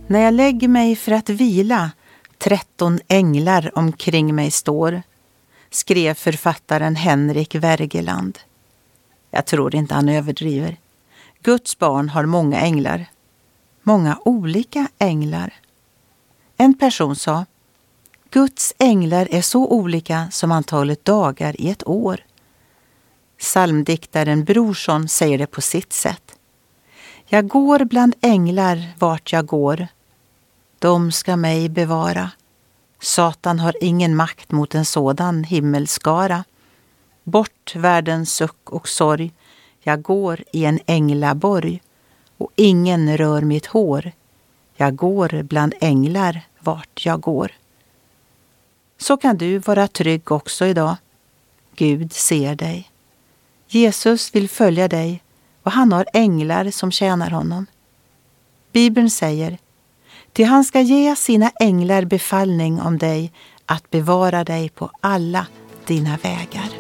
När jag lägger mig för att vila, 13 änglar omkring mig står, skrev författaren Henrik Wergeland. Jag tror inte han överdriver. Guds barn har många änglar. Många olika änglar. En person sa: Guds änglar är så olika som antalet dagar i ett år. Psalmdiktaren Brorsson säger det på sitt sätt. Jag går bland änglar vart jag går. De ska mig bevara. Satan har ingen makt mot en sådan himmelskara. Bort världens suck och sorg. Jag går i en änglaborg. Och ingen rör mitt hår. Jag går bland änglar vart jag går. Så kan du vara trygg också idag. Gud ser dig. Jesus vill följa dig och han har änglar som tjänar honom. Bibeln säger: ty han ska ge sina änglar befallning om dig att bevara dig på alla dina vägar.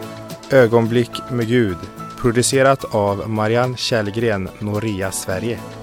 Ögonblick med Gud, producerat av Marianne Källgren, Noria, Sverige.